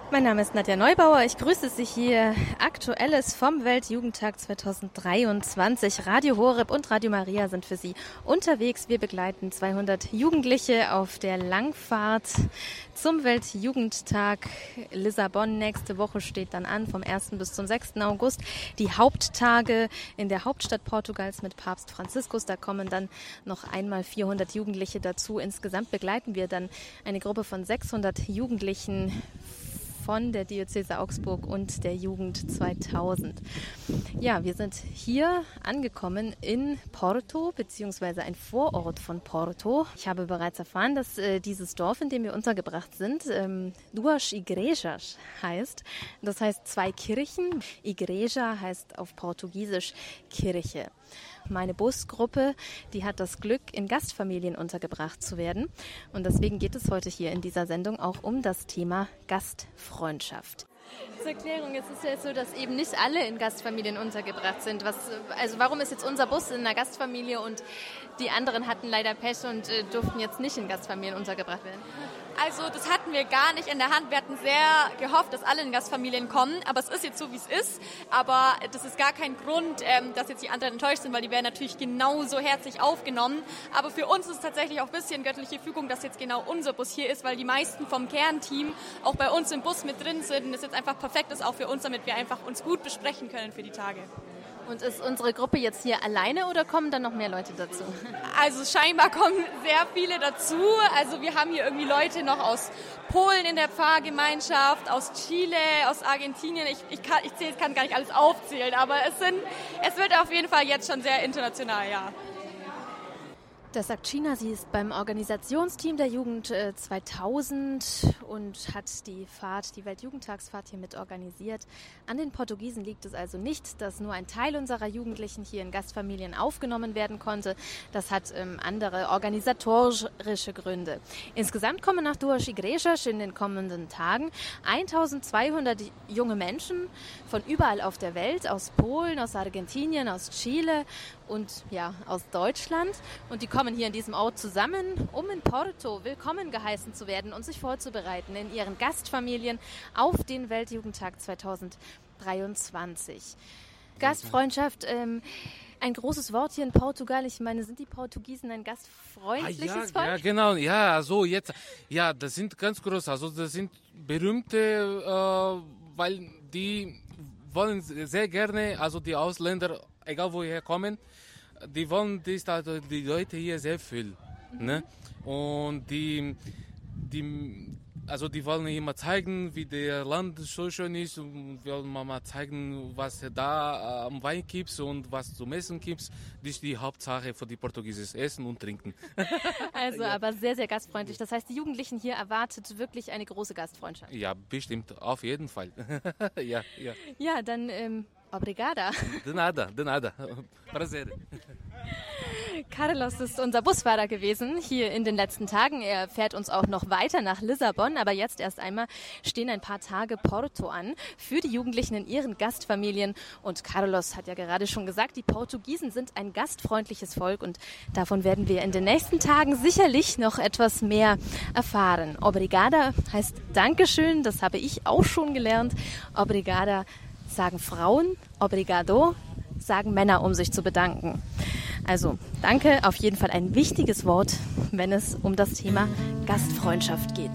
Mein Name ist Nadja Neubauer. Ich grüße Sie hier. Aktuelles vom Weltjugendtag 2023. Radio Horeb und Radio Maria sind für Sie unterwegs. Wir begleiten 200 Jugendliche auf der Langfahrt zum Weltjugendtag Lissabon. Nächste Woche steht dann an, vom 1. bis zum 6. August. Die Haupttage in der Hauptstadt Portugals mit Papst Franziskus. Da kommen dann noch einmal 400 Jugendliche dazu. Insgesamt begleiten wir dann eine Gruppe von 600 Jugendlichen von der Diözese Augsburg und der Jugend 2000. Ja, wir sind hier angekommen in Porto, beziehungsweise ein Vorort von Porto. Ich habe bereits erfahren, dass dieses Dorf, in dem wir untergebracht sind, Duas Igrejas heißt. Das heißt 2 Kirchen. Igreja heißt auf Portugiesisch Kirche. Meine Busgruppe, die hat das Glück, in Gastfamilien untergebracht zu werden. Und deswegen geht es heute hier in dieser Sendung auch um das Thema Gastfreundschaft. Zur Erklärung, es ist ja jetzt so, dass eben nicht alle in Gastfamilien untergebracht sind. Warum ist jetzt unser Bus in einer Gastfamilie und die anderen hatten leider Pech und durften jetzt nicht in Gastfamilien untergebracht werden? Also das hatten wir gar nicht in der Hand. Wir hatten sehr gehofft, dass alle in Gastfamilien kommen, aber es ist jetzt so, wie es ist. Aber das ist gar kein Grund, dass jetzt die anderen enttäuscht sind, weil die werden natürlich genauso herzlich aufgenommen. Aber für uns ist es tatsächlich auch ein bisschen göttliche Fügung, dass jetzt genau unser Bus hier ist, weil die meisten vom Kernteam auch bei uns im Bus mit drin sind und das jetzt einfach perfekt ist, auch für uns, damit wir einfach uns gut besprechen können für die Tage. Und ist unsere Gruppe jetzt hier alleine oder kommen dann noch mehr Leute dazu? Also scheinbar kommen sehr viele dazu. Also wir haben hier irgendwie Leute noch aus Polen in der Pfarrgemeinschaft, aus Chile, aus Argentinien. Ich kann gar nicht alles aufzählen, aber es wird auf jeden Fall jetzt schon sehr international, ja. Das sagt China. Sie ist beim Organisationsteam der Jugend 2000 und hat die Weltjugendtagsfahrt hier mit organisiert. An den Portugiesen liegt es also nicht, dass nur ein Teil unserer Jugendlichen hier in Gastfamilien aufgenommen werden konnte. Das hat andere organisatorische Gründe. Insgesamt kommen nach Duas Igrejas in den kommenden Tagen 1200 junge Menschen von überall auf der Welt, aus Polen, aus Argentinien, aus Chile und ja, aus Deutschland. Und die kommen hier in diesem Ort zusammen, um in Porto willkommen geheißen zu werden und sich vorzubereiten in ihren Gastfamilien auf den Weltjugendtag 2023. Gastfreundschaft, ein großes Wort hier in Portugal. Ich meine, sind die Portugiesen ein gastfreundliches Volk? Ja, genau. Ja, also jetzt, ja, das sind ganz groß. Also das sind berühmte, weil die wollen sehr gerne, also die Ausländer, egal woher kommen, die wollen die Leute hier sehr viel. Ne? Und die wollen immer zeigen, wie der Land so schön ist und wollen mal zeigen, was da am Wein gibt und was zum Essen gibt. Das ist die Hauptsache für die Portugiesen, Essen und Trinken. Also ja. Aber sehr, sehr gastfreundlich. Das heißt, die Jugendlichen hier erwartet wirklich eine große Gastfreundschaft. Ja, bestimmt, auf jeden Fall. Ja. Ja, dann obrigada. De nada. Prazer. Carlos ist unser Busfahrer gewesen hier in den letzten Tagen. Er fährt uns auch noch weiter nach Lissabon, aber jetzt erst einmal stehen ein paar Tage Porto an für die Jugendlichen in ihren Gastfamilien. Und Carlos hat ja gerade schon gesagt, die Portugiesen sind ein gastfreundliches Volk und davon werden wir in den nächsten Tagen sicherlich noch etwas mehr erfahren. Obrigada heißt Dankeschön, das habe ich auch schon gelernt. Obrigada sagen Frauen, obrigado sagen Männer, um sich zu bedanken. Also danke, auf jeden Fall ein wichtiges Wort, wenn es um das Thema Gastfreundschaft geht.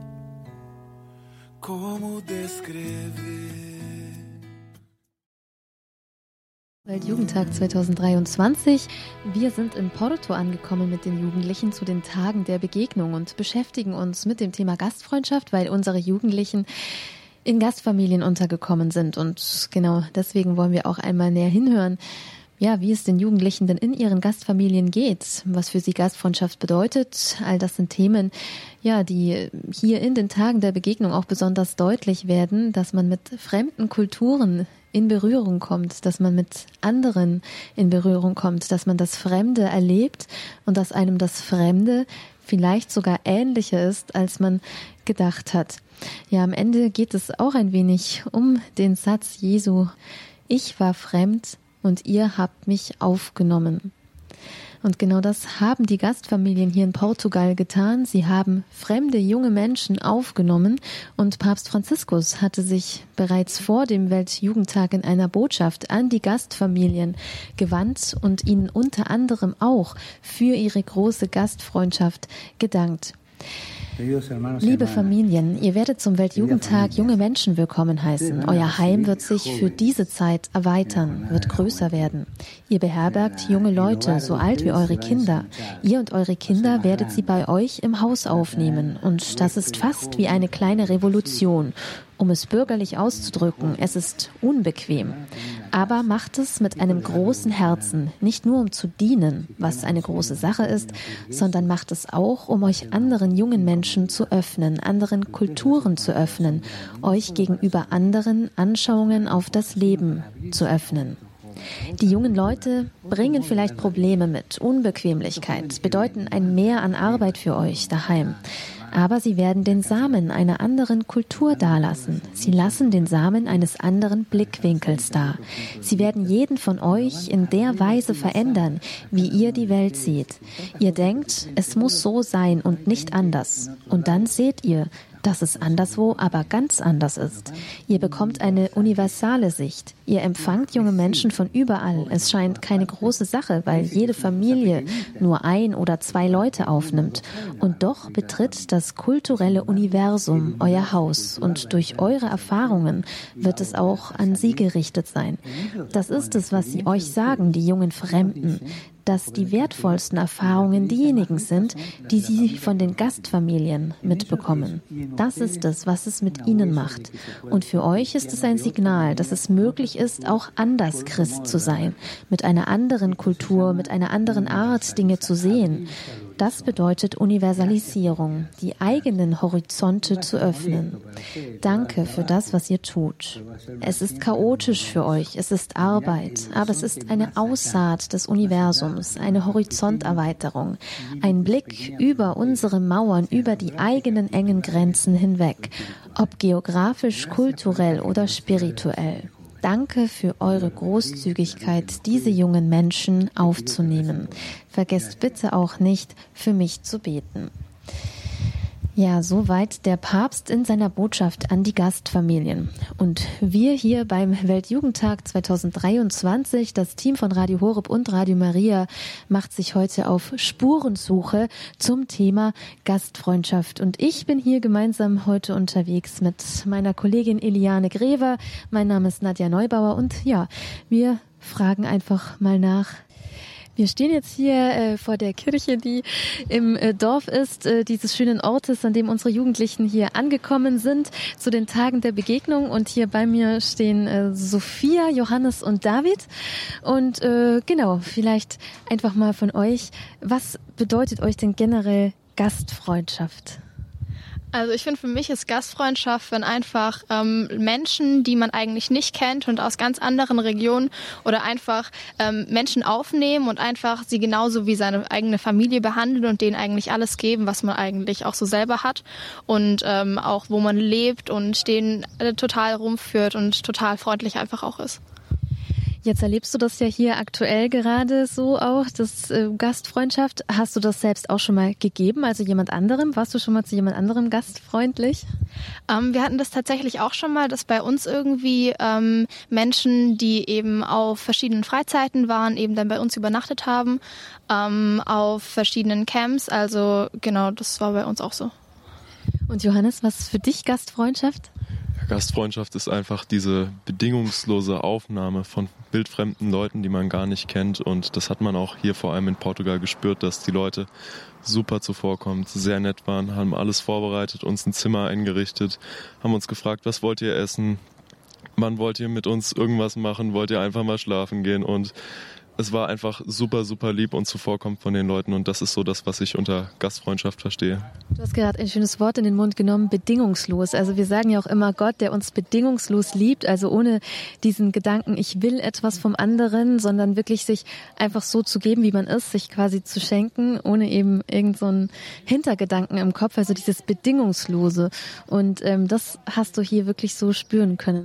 Weltjugendtag 2023. Wir sind in Porto angekommen mit den Jugendlichen zu den Tagen der Begegnung und beschäftigen uns mit dem Thema Gastfreundschaft, weil unsere Jugendlichen in Gastfamilien untergekommen sind. Und genau deswegen wollen wir auch einmal näher hinhören, ja, wie es den Jugendlichen denn in ihren Gastfamilien geht, was für sie Gastfreundschaft bedeutet. All das sind Themen, ja, die hier in den Tagen der Begegnung auch besonders deutlich werden, dass man mit fremden Kulturen in Berührung kommt, dass man mit anderen in Berührung kommt, dass man das Fremde erlebt und dass einem das Fremde vielleicht sogar ähnlicher ist, als man gedacht hat. Ja, am Ende geht es auch ein wenig um den Satz Jesu: Ich war fremd und ihr habt mich aufgenommen. Und genau das haben die Gastfamilien hier in Portugal getan. Sie haben fremde junge Menschen aufgenommen und Papst Franziskus hatte sich bereits vor dem Weltjugendtag in einer Botschaft an die Gastfamilien gewandt und ihnen unter anderem auch für ihre große Gastfreundschaft gedankt. Liebe Familien, ihr werdet zum Weltjugendtag junge Menschen willkommen heißen. Euer Heim wird sich für diese Zeit erweitern, wird größer werden. Ihr beherbergt junge Leute, so alt wie eure Kinder. Ihr und eure Kinder werdet sie bei euch im Haus aufnehmen. Und das ist fast wie eine kleine Revolution. Um es bürgerlich auszudrücken, es ist unbequem. Aber macht es mit einem großen Herzen, nicht nur um zu dienen, was eine große Sache ist, sondern macht es auch, um euch anderen jungen Menschen zu öffnen, anderen Kulturen zu öffnen, euch gegenüber anderen Anschauungen auf das Leben zu öffnen. Die jungen Leute bringen vielleicht Probleme mit, Unbequemlichkeit, bedeuten ein Mehr an Arbeit für euch daheim. Aber sie werden den Samen einer anderen Kultur dalassen. Sie lassen den Samen eines anderen Blickwinkels da. Sie werden jeden von euch in der Weise verändern, wie ihr die Welt seht. Ihr denkt, es muss so sein und nicht anders. Und dann seht ihr, dass es anderswo aber ganz anders ist. Ihr bekommt eine universale Sicht. Ihr empfangt junge Menschen von überall. Es scheint keine große Sache, weil jede Familie nur 1 oder 2 Leute aufnimmt. Und doch betritt das kulturelle Universum euer Haus. Und durch eure Erfahrungen wird es auch an sie gerichtet sein. Das ist es, was sie euch sagen, die jungen Fremden, dass die wertvollsten Erfahrungen diejenigen sind, die sie von den Gastfamilien mitbekommen. Das ist es, was es mit ihnen macht. Und für euch ist es ein Signal, dass es möglich ist, auch anders Christ zu sein, mit einer anderen Kultur, mit einer anderen Art, Dinge zu sehen. Das bedeutet Universalisierung, die eigenen Horizonte zu öffnen. Danke für das, was ihr tut. Es ist chaotisch für euch, es ist Arbeit, aber es ist eine Aussaat des Universums, eine Horizonterweiterung, ein Blick über unsere Mauern, über die eigenen engen Grenzen hinweg, ob geografisch, kulturell oder spirituell. Danke für eure Großzügigkeit, diese jungen Menschen aufzunehmen. Vergesst bitte auch nicht, für mich zu beten. Ja, soweit der Papst in seiner Botschaft an die Gastfamilien. Und wir hier beim Weltjugendtag 2023, das Team von Radio Horeb und Radio Maria, macht sich heute auf Spurensuche zum Thema Gastfreundschaft. Und ich bin hier gemeinsam heute unterwegs mit meiner Kollegin Eliane Grever. Mein Name ist Nadja Neubauer und ja, wir fragen einfach mal nach. Wir stehen jetzt hier vor der Kirche, die im Dorf ist, dieses schönen Ortes, an dem unsere Jugendlichen hier angekommen sind, zu den Tagen der Begegnung. Und hier bei mir stehen Sophia, Johannes und David. Und genau, vielleicht einfach mal von euch, was bedeutet euch denn generell Gastfreundschaft? Also ich finde, für mich ist Gastfreundschaft, wenn einfach Menschen, die man eigentlich nicht kennt und aus ganz anderen Regionen oder einfach Menschen aufnehmen und einfach sie genauso wie seine eigene Familie behandeln und denen eigentlich alles geben, was man eigentlich auch so selber hat und auch wo man lebt und denen total rumführt und total freundlich einfach auch ist. Jetzt erlebst du das ja hier aktuell gerade so auch, das Gastfreundschaft. Hast du das selbst auch schon mal gegeben, also jemand anderem? Warst du schon mal zu jemand anderem gastfreundlich? Wir hatten das tatsächlich auch schon mal, dass bei uns irgendwie Menschen, die eben auf verschiedenen Freizeiten waren, eben dann bei uns übernachtet haben, auf verschiedenen Camps. Also genau, das war bei uns auch so. Und Johannes, was ist für dich Gastfreundschaft? Gastfreundschaft ist einfach diese bedingungslose Aufnahme von wildfremden Leuten, die man gar nicht kennt. Und das hat man auch hier vor allem in Portugal gespürt, dass die Leute super zuvorkommend, sehr nett waren, haben alles vorbereitet, uns ein Zimmer eingerichtet, haben uns gefragt, was wollt ihr essen, wann wollt ihr mit uns irgendwas machen, wollt ihr einfach mal schlafen gehen, und es war einfach super, super lieb und zuvorkommend von den Leuten, und das ist so das, was ich unter Gastfreundschaft verstehe. Du hast gerade ein schönes Wort in den Mund genommen, bedingungslos. Also wir sagen ja auch immer Gott, der uns bedingungslos liebt, also ohne diesen Gedanken, ich will etwas vom anderen, sondern wirklich sich einfach so zu geben, wie man ist, sich quasi zu schenken, ohne eben irgend so einen Hintergedanken im Kopf, also dieses Bedingungslose. Und das hast du hier wirklich so spüren können.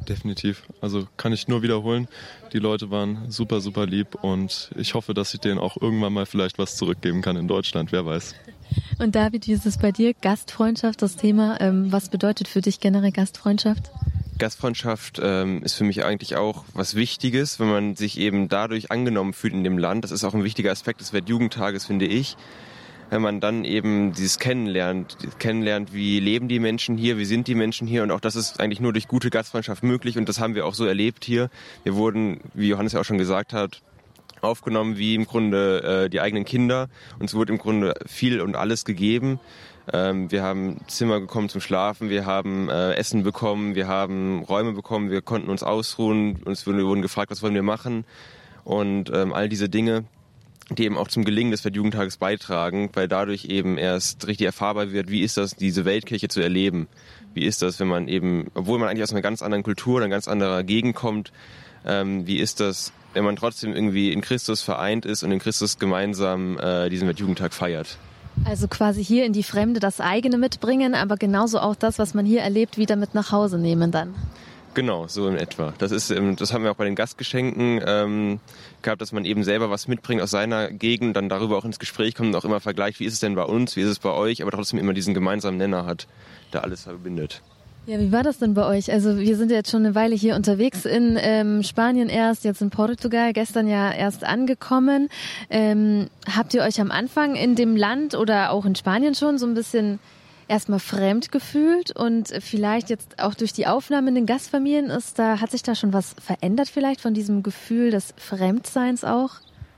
Definitiv. Also kann ich nur wiederholen. Die Leute waren super, super lieb und ich hoffe, dass ich denen auch irgendwann mal vielleicht was zurückgeben kann in Deutschland, wer weiß. Und David, wie ist es bei dir? Gastfreundschaft, das Thema. Was bedeutet für dich generell Gastfreundschaft? Gastfreundschaft ist für mich eigentlich auch was Wichtiges, wenn man sich eben dadurch angenommen fühlt in dem Land. Das ist auch ein wichtiger Aspekt des Weltjugendtages, finde ich. Wenn man dann eben dieses kennenlernt, wie leben die Menschen hier, wie sind die Menschen hier, und auch das ist eigentlich nur durch gute Gastfreundschaft möglich, und das haben wir auch so erlebt hier. Wir wurden, wie Johannes ja auch schon gesagt hat, aufgenommen wie im Grunde die eigenen Kinder. Uns wurde im Grunde viel und alles gegeben. Wir haben Zimmer bekommen zum Schlafen, wir haben Essen bekommen, wir haben Räume bekommen, wir konnten uns ausruhen, wir wurden gefragt, was wollen wir machen, und all diese Dinge, die eben auch zum Gelingen des Weltjugendtages beitragen, weil dadurch eben erst richtig erfahrbar wird, wie ist das, diese Weltkirche zu erleben. Wie ist das, wenn man eben, obwohl man eigentlich aus einer ganz anderen Kultur, einer ganz anderen Gegend kommt, wie ist das, wenn man trotzdem irgendwie in Christus vereint ist und in Christus gemeinsam diesen Weltjugendtag feiert. Also quasi hier in die Fremde das eigene mitbringen, aber genauso auch das, was man hier erlebt, wieder mit nach Hause nehmen dann. Genau, so in etwa. Das haben wir auch bei den Gastgeschenken gehabt, dass man eben selber was mitbringt aus seiner Gegend, dann darüber auch ins Gespräch kommt und auch immer vergleicht, wie ist es denn bei uns, wie ist es bei euch, aber trotzdem immer diesen gemeinsamen Nenner hat, der alles verbindet. Ja, wie war das denn bei euch? Also wir sind ja jetzt schon eine Weile hier unterwegs in Spanien erst, jetzt in Portugal, gestern ja erst angekommen. Habt ihr euch am Anfang in dem Land oder auch in Spanien schon so ein bisschen erstmal fremd gefühlt, und vielleicht jetzt auch durch die Aufnahme in den Gastfamilien hat sich da schon was verändert vielleicht von diesem Gefühl des Fremdseins auch?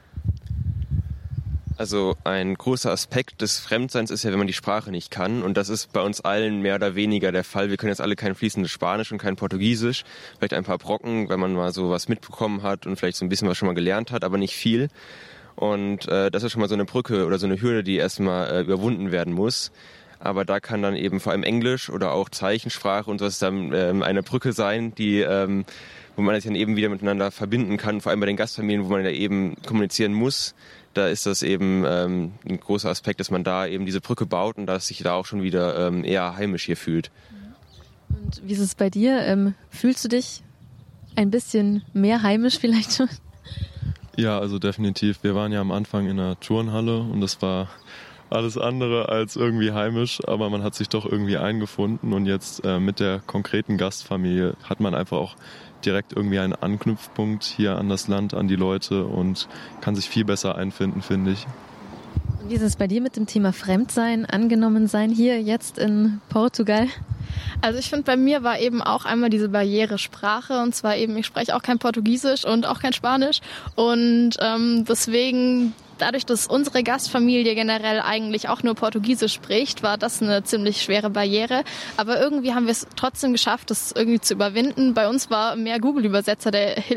Also ein großer Aspekt des Fremdseins ist ja, wenn man die Sprache nicht kann, und das ist bei uns allen mehr oder weniger der Fall. Wir können jetzt alle kein fließendes Spanisch und kein Portugiesisch, vielleicht ein paar Brocken, wenn man mal so was mitbekommen hat und vielleicht so ein bisschen was schon mal gelernt hat, aber nicht viel. Und das ist schon mal so eine Brücke oder so eine Hürde, die erstmal überwunden werden muss. Aber da kann dann eben vor allem Englisch oder auch Zeichensprache und sowas dann eine Brücke sein, die wo man sich dann eben wieder miteinander verbinden kann, vor allem bei den Gastfamilien, wo man ja eben kommunizieren muss. Da ist das eben ein großer Aspekt, dass man da eben diese Brücke baut und dass sich da auch schon wieder eher heimisch hier fühlt. Und wie ist es bei dir? Fühlst du dich ein bisschen mehr heimisch vielleicht schon? Ja, also definitiv. Wir waren ja am Anfang in einer Turnhalle und das war alles andere als irgendwie heimisch, aber man hat sich doch irgendwie eingefunden, und jetzt mit der konkreten Gastfamilie hat man einfach auch direkt irgendwie einen Anknüpfpunkt hier an das Land, an die Leute, und kann sich viel besser einfinden, finde ich. Wie ist es bei dir mit dem Thema Fremdsein, Angenommensein hier jetzt in Portugal? Also ich finde, bei mir war eben auch einmal diese Barriere Sprache, und zwar eben, ich spreche auch kein Portugiesisch und auch kein Spanisch, und deswegen, dadurch, dass unsere Gastfamilie generell eigentlich auch nur Portugiesisch spricht, war das eine ziemlich schwere Barriere. Aber irgendwie haben wir es trotzdem geschafft, das irgendwie zu überwinden. Bei uns war mehr Google-Übersetzer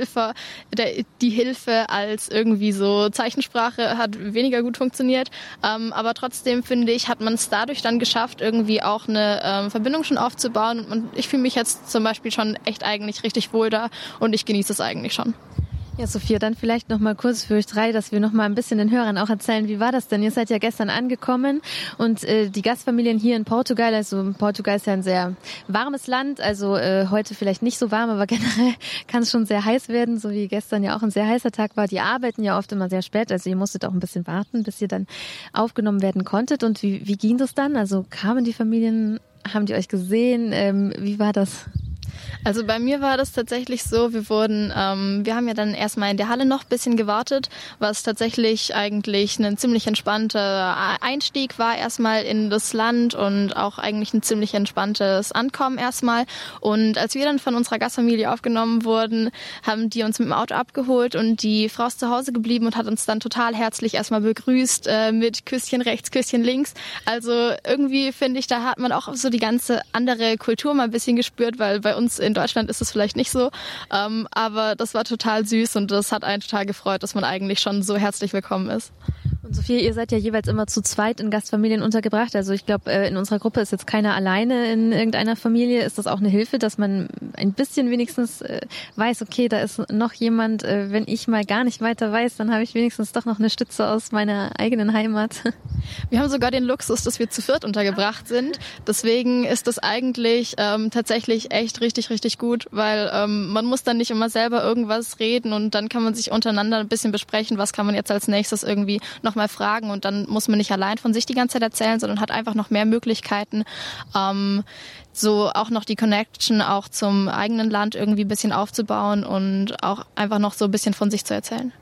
die Hilfe, als irgendwie so Zeichensprache hat weniger gut funktioniert. Aber trotzdem, finde ich, hat man es dadurch dann geschafft, irgendwie auch eine Verbindung schon aufzubauen. Und ich fühle mich jetzt zum Beispiel schon echt eigentlich richtig wohl da, und ich genieße es eigentlich schon. Ja, Sophia, dann vielleicht noch mal kurz für euch drei, dass wir noch mal ein bisschen den Hörern auch erzählen, wie war das denn? Ihr seid ja gestern angekommen, und die Gastfamilien hier in Portugal, also Portugal ist ja ein sehr warmes Land, also heute vielleicht nicht so warm, aber generell kann es schon sehr heiß werden, so wie gestern ja auch ein sehr heißer Tag war. Die arbeiten ja oft immer sehr spät, also ihr musstet auch ein bisschen warten, bis ihr dann aufgenommen werden konntet. Und wie ging das dann? Also kamen die Familien, haben die euch gesehen? Wie war das? Also bei mir war das tatsächlich so, wir haben ja dann erstmal in der Halle noch ein bisschen gewartet, was tatsächlich eigentlich ein ziemlich entspannter Einstieg war erstmal in das Land und auch eigentlich ein ziemlich entspanntes Ankommen erstmal. Und als wir dann von unserer Gastfamilie aufgenommen wurden, haben die uns mit dem Auto abgeholt, und die Frau ist zu Hause geblieben und hat uns dann total herzlich erstmal begrüßt mit Küsschen rechts, Küsschen links. Also irgendwie finde ich, da hat man auch so die ganze andere Kultur mal ein bisschen gespürt, weil bei uns in Deutschland ist es vielleicht nicht so, aber das war total süß, und das hat einen total gefreut, dass man eigentlich schon so herzlich willkommen ist. Und Sophia, ihr seid ja jeweils immer zu zweit in Gastfamilien untergebracht. Also ich glaube, in unserer Gruppe ist jetzt keiner alleine in irgendeiner Familie. Ist das auch eine Hilfe, dass man ein bisschen wenigstens weiß, okay, da ist noch jemand, wenn ich mal gar nicht weiter weiß, dann habe ich wenigstens doch noch eine Stütze aus meiner eigenen Heimat. Wir haben sogar den Luxus, dass wir zu viert untergebracht sind. Deswegen ist das eigentlich tatsächlich echt richtig, richtig gut, weil man muss dann nicht immer selber irgendwas reden und dann kann man sich untereinander ein bisschen besprechen, was kann man jetzt als nächstes irgendwie nochmal fragen und dann muss man nicht allein von sich die ganze Zeit erzählen, sondern hat einfach noch mehr Möglichkeiten, so auch noch die Connection auch zum eigenen Land irgendwie ein bisschen aufzubauen und auch einfach noch so ein bisschen von sich zu erzählen.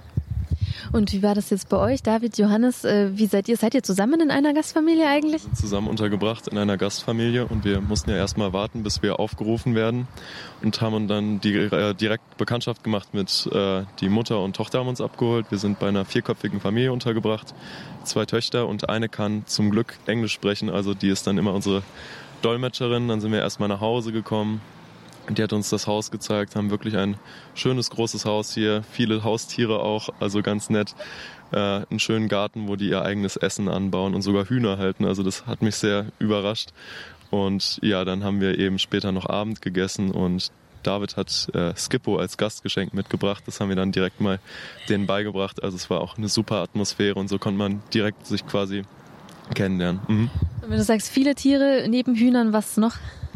Und wie war das jetzt bei euch, David, Johannes? Wie seid ihr? Seid ihr zusammen in einer Gastfamilie eigentlich? Wir sind zusammen untergebracht in einer Gastfamilie und wir mussten ja erstmal warten, bis wir aufgerufen werden und haben dann direkt Bekanntschaft gemacht mit die Mutter und Tochter haben uns abgeholt. Wir sind bei einer 4-köpfigen Familie untergebracht, 2 Töchter und eine kann zum Glück Englisch sprechen, also die ist dann immer unsere Dolmetscherin. Dann sind wir erstmal nach Hause gekommen. Die hat uns das Haus gezeigt, haben wirklich ein schönes, großes Haus hier, viele Haustiere auch, also ganz nett. Einen schönen Garten, wo die ihr eigenes Essen anbauen und sogar Hühner halten, also das hat mich sehr überrascht. Und ja, dann haben wir eben später noch Abend gegessen und David hat Skippo als Gastgeschenk mitgebracht, das haben wir dann direkt mal denen beigebracht, also es war auch eine super Atmosphäre und so konnte man direkt sich quasi kennenlernen. Mhm. Wenn du sagst, viele Tiere neben Hühnern, was noch?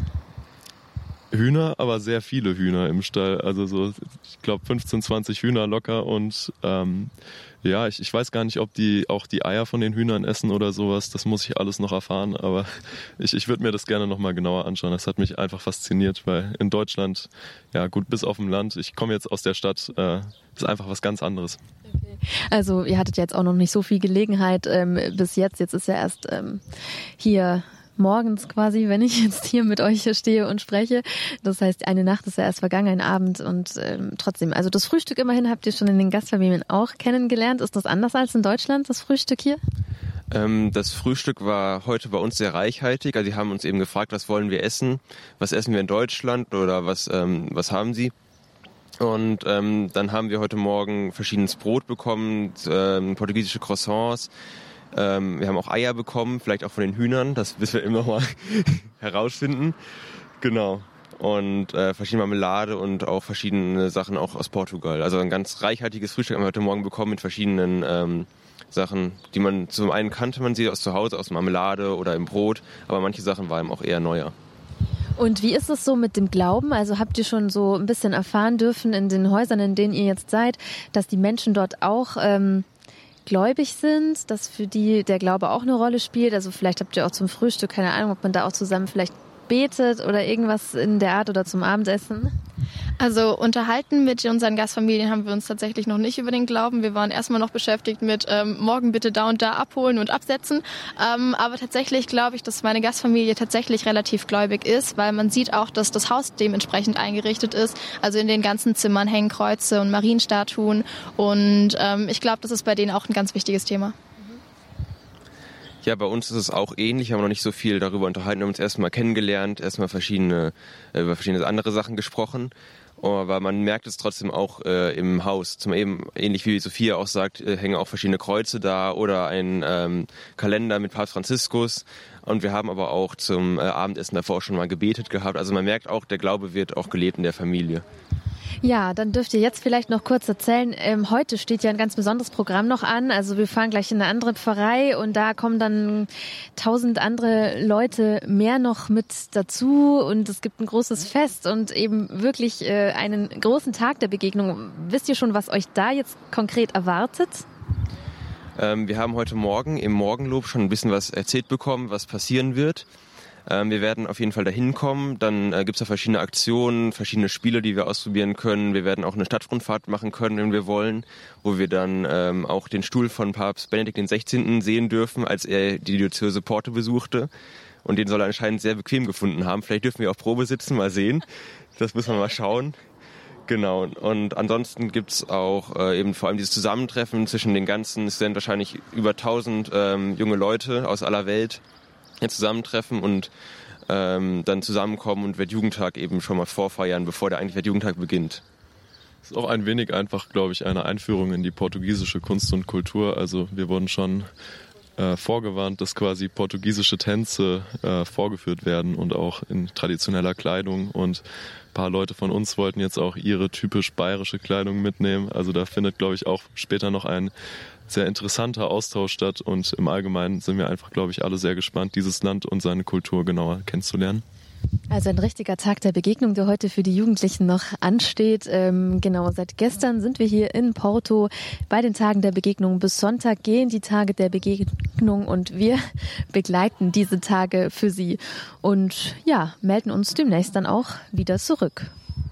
Hühner, aber sehr viele Hühner im Stall. Also so, ich glaube 15, 20 Hühner locker und ja, ich weiß gar nicht, ob die auch die Eier von den Hühnern essen oder sowas. Das muss ich alles noch erfahren, aber ich würde mir das gerne nochmal genauer anschauen. Das hat mich einfach fasziniert, weil in Deutschland, ja gut, bis auf dem Land, ich komme jetzt aus der Stadt, ist einfach was ganz anderes. Okay. Also ihr hattet jetzt auch noch nicht so viel Gelegenheit bis jetzt. Jetzt ist ja erst hier morgens quasi, wenn ich jetzt hier mit euch stehe und spreche. Das heißt, eine Nacht ist ja erst vergangen, ein Abend und trotzdem. Also das Frühstück immerhin habt ihr schon in den Gastfamilien auch kennengelernt. Ist das anders als in Deutschland, das Frühstück hier? Das Frühstück war heute bei uns sehr reichhaltig. Also die haben uns eben gefragt, was wollen wir essen? Was essen wir in Deutschland oder was haben sie? Und dann haben wir heute Morgen verschiedenes Brot bekommen, portugiesische Croissants. Wir haben auch Eier bekommen, vielleicht auch von den Hühnern, das müssen wir immer noch mal herausfinden. Genau. Und verschiedene Marmelade und auch verschiedene Sachen auch aus Portugal. Also ein ganz reichhaltiges Frühstück haben wir heute Morgen bekommen mit verschiedenen Sachen, die man zum einen kannte, man sie aus zu Hause, aus Marmelade oder im Brot, aber manche Sachen waren auch eher neuer. Und wie ist es so mit dem Glauben? Also habt ihr schon so ein bisschen erfahren dürfen in den Häusern, in denen ihr jetzt seid, dass die Menschen dort auch gläubig sind, dass für die der Glaube auch eine Rolle spielt? Also vielleicht habt ihr auch zum Frühstück, keine Ahnung, ob man da auch zusammen vielleicht betet oder irgendwas in der Art oder zum Abendessen? Also unterhalten mit unseren Gastfamilien haben wir uns tatsächlich noch nicht über den Glauben. Wir waren erstmal noch beschäftigt mit morgen bitte da und da abholen und absetzen. Aber tatsächlich glaube ich, dass meine Gastfamilie tatsächlich relativ gläubig ist, weil man sieht auch, dass das Haus dementsprechend eingerichtet ist. Also in den ganzen Zimmern hängen Kreuze und Marienstatuen und ich glaube, das ist bei denen auch ein ganz wichtiges Thema. Ja, bei uns ist es auch ähnlich, wir haben noch nicht so viel darüber unterhalten, wir haben uns erstmal kennengelernt, erstmal über verschiedene andere Sachen gesprochen, aber man merkt es trotzdem auch im Haus. Zum eben, ähnlich wie Sophia auch sagt, hängen auch verschiedene Kreuze da oder ein Kalender mit Papst Franziskus und wir haben aber auch zum Abendessen davor auch schon mal gebetet gehabt, also man merkt auch, der Glaube wird auch gelebt in der Familie. Ja, dann dürft ihr jetzt vielleicht noch kurz erzählen, heute steht ja ein ganz besonderes Programm noch an, also wir fahren gleich in eine andere Pfarrei und da kommen dann 1000 andere Leute mehr noch mit dazu und es gibt ein großes Fest und eben wirklich einen großen Tag der Begegnung. Wisst ihr schon, was euch da jetzt konkret erwartet? Wir haben heute Morgen im Morgenlob schon ein bisschen was erzählt bekommen, was passieren wird. Wir werden auf jeden Fall dahin kommen. Dann gibt es da verschiedene Aktionen, verschiedene Spiele, die wir ausprobieren können. Wir werden auch eine Stadtrundfahrt machen können, wenn wir wollen, wo wir dann auch den Stuhl von Papst Benedikt XVI. Sehen dürfen, als er die Diözese Porto besuchte. Und den soll er anscheinend sehr bequem gefunden haben. Vielleicht dürfen wir auf Probe sitzen, mal sehen. Das müssen wir mal schauen. Genau. Und ansonsten gibt's auch eben vor allem dieses Zusammentreffen zwischen den ganzen, es sind wahrscheinlich über 1000 junge Leute aus aller Welt, zusammentreffen und dann zusammenkommen und Weltjugendtag eben schon mal vorfeiern, bevor der eigentliche Weltjugendtag beginnt. Es ist auch ein wenig einfach, glaube ich, eine Einführung in die portugiesische Kunst und Kultur. Also wir wurden schon vorgewarnt, dass quasi portugiesische Tänze vorgeführt werden und auch in traditioneller Kleidung. Und ein paar Leute von uns wollten jetzt auch ihre typisch bayerische Kleidung mitnehmen. Also da findet, glaube ich, auch später noch ein sehr interessanter Austausch statt. Und im Allgemeinen sind wir einfach, glaube ich, alle sehr gespannt, dieses Land und seine Kultur genauer kennenzulernen. Also ein richtiger Tag der Begegnung, der heute für die Jugendlichen noch ansteht. Genau, seit gestern sind wir hier in Porto bei den Tagen der Begegnung. Bis Sonntag gehen die Tage der Begegnung und wir begleiten diese Tage für Sie. Und ja, melden uns demnächst dann auch wieder zurück.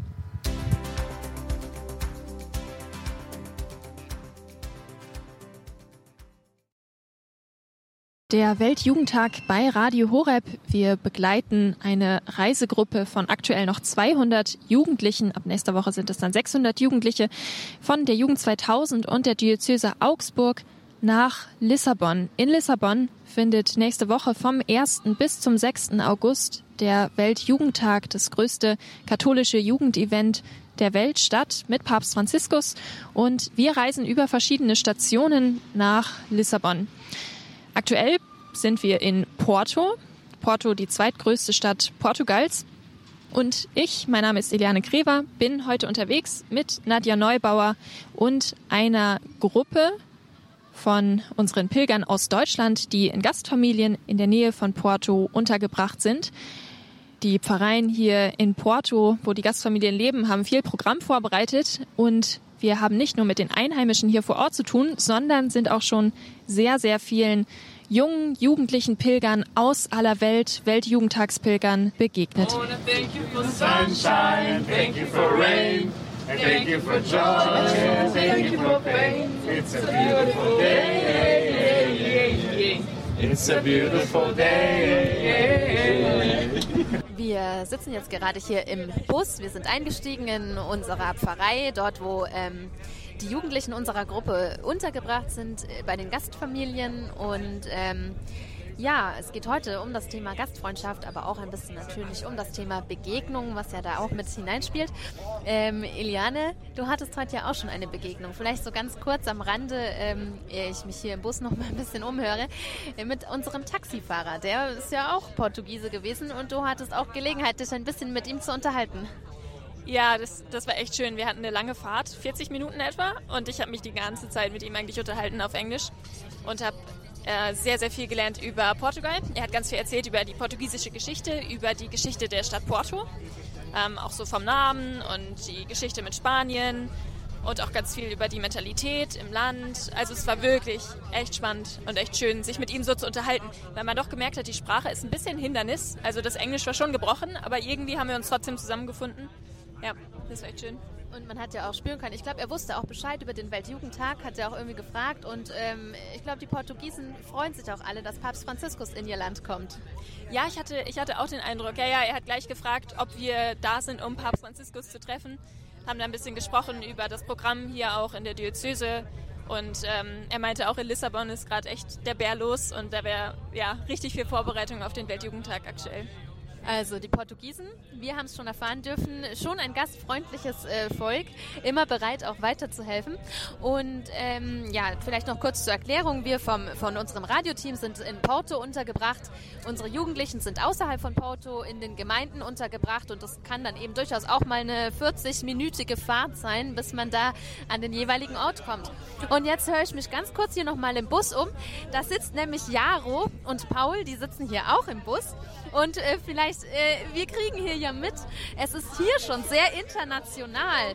Der Weltjugendtag bei Radio Horeb. Wir begleiten eine Reisegruppe von aktuell noch 200 Jugendlichen. Ab nächster Woche sind es dann 600 Jugendliche von der Jugend 2000 und der Diözese Augsburg nach Lissabon. In Lissabon findet nächste Woche vom 1. bis zum 6. August der Weltjugendtag, das größte katholische Jugendevent der Welt, statt mit Papst Franziskus. Und wir reisen über verschiedene Stationen nach Lissabon. Aktuell sind wir in Porto. Porto, die zweitgrößte Stadt Portugals. Und ich, mein Name ist Eliane Grever, bin heute unterwegs mit Nadja Neubauer und einer Gruppe von unseren Pilgern aus Deutschland, die in Gastfamilien in der Nähe von Porto untergebracht sind. Die Pfarreien hier in Porto, wo die Gastfamilien leben, haben viel Programm vorbereitet und wir haben nicht nur mit den Einheimischen hier vor Ort zu tun, sondern sind auch schon sehr, sehr vielen jungen, jugendlichen Pilgern aus aller Welt, Weltjugendtagspilgern, begegnet. Thank you for sunshine, thank you for rain, thank you for joy, thank you for pain. It's a beautiful day, it's a beautiful day. Wir sitzen jetzt gerade hier im Bus. Wir sind eingestiegen in unserer Pfarrei, dort wo die Jugendlichen unserer Gruppe untergebracht sind, bei den Gastfamilien. Und ja, es geht heute um das Thema Gastfreundschaft, aber auch ein bisschen natürlich um das Thema Begegnung, was ja da auch mit hineinspielt. Eliane, du hattest heute ja auch schon eine Begegnung. Vielleicht so ganz kurz am Rande, ehe ich mich hier im Bus noch mal ein bisschen umhöre, mit unserem Taxifahrer. Der ist ja auch Portugiese gewesen und du hattest auch Gelegenheit, dich ein bisschen mit ihm zu unterhalten. Ja, das war echt schön. Wir hatten eine lange Fahrt, 40 Minuten etwa, und ich habe mich die ganze Zeit mit ihm eigentlich unterhalten auf Englisch und habe sehr, sehr viel gelernt über Portugal. Er hat ganz viel erzählt über die portugiesische Geschichte, über die Geschichte der Stadt Porto, auch so vom Namen und die Geschichte mit Spanien und auch ganz viel über die Mentalität im Land. Also es war wirklich echt spannend und echt schön, sich mit ihm so zu unterhalten, weil man doch gemerkt hat, die Sprache ist ein bisschen ein Hindernis. Also das Englisch war schon gebrochen, aber irgendwie haben wir uns trotzdem zusammengefunden. Ja, das war echt schön. Und man hat ja auch spüren können, ich glaube, er wusste auch Bescheid über den Weltjugendtag, hat er auch irgendwie gefragt. Und ich glaube, die Portugiesen freuen sich auch alle, dass Papst Franziskus in ihr Land kommt. Ja, ich hatte auch den Eindruck, er hat gleich gefragt, ob wir da sind, um Papst Franziskus zu treffen. Haben da ein bisschen gesprochen über das Programm hier auch in der Diözese. Und er meinte, auch in Lissabon ist gerade echt der Bär los und da wäre ja richtig viel Vorbereitung auf den Weltjugendtag aktuell. Also die Portugiesen, wir haben es schon erfahren dürfen, schon ein gastfreundliches Volk, immer bereit auch weiterzuhelfen. Und ja, vielleicht noch kurz zur Erklärung, wir von unserem Radioteam sind in Porto untergebracht. Unsere Jugendlichen sind außerhalb von Porto in den Gemeinden untergebracht und das kann dann eben durchaus auch mal eine 40-minütige Fahrt sein, bis man da an den jeweiligen Ort kommt. Und jetzt höre ich mich ganz kurz hier nochmal im Bus um. Da sitzt nämlich Jaro und Paul, die sitzen hier auch im Bus. Und vielleicht, wir kriegen hier ja mit, es ist hier schon sehr international.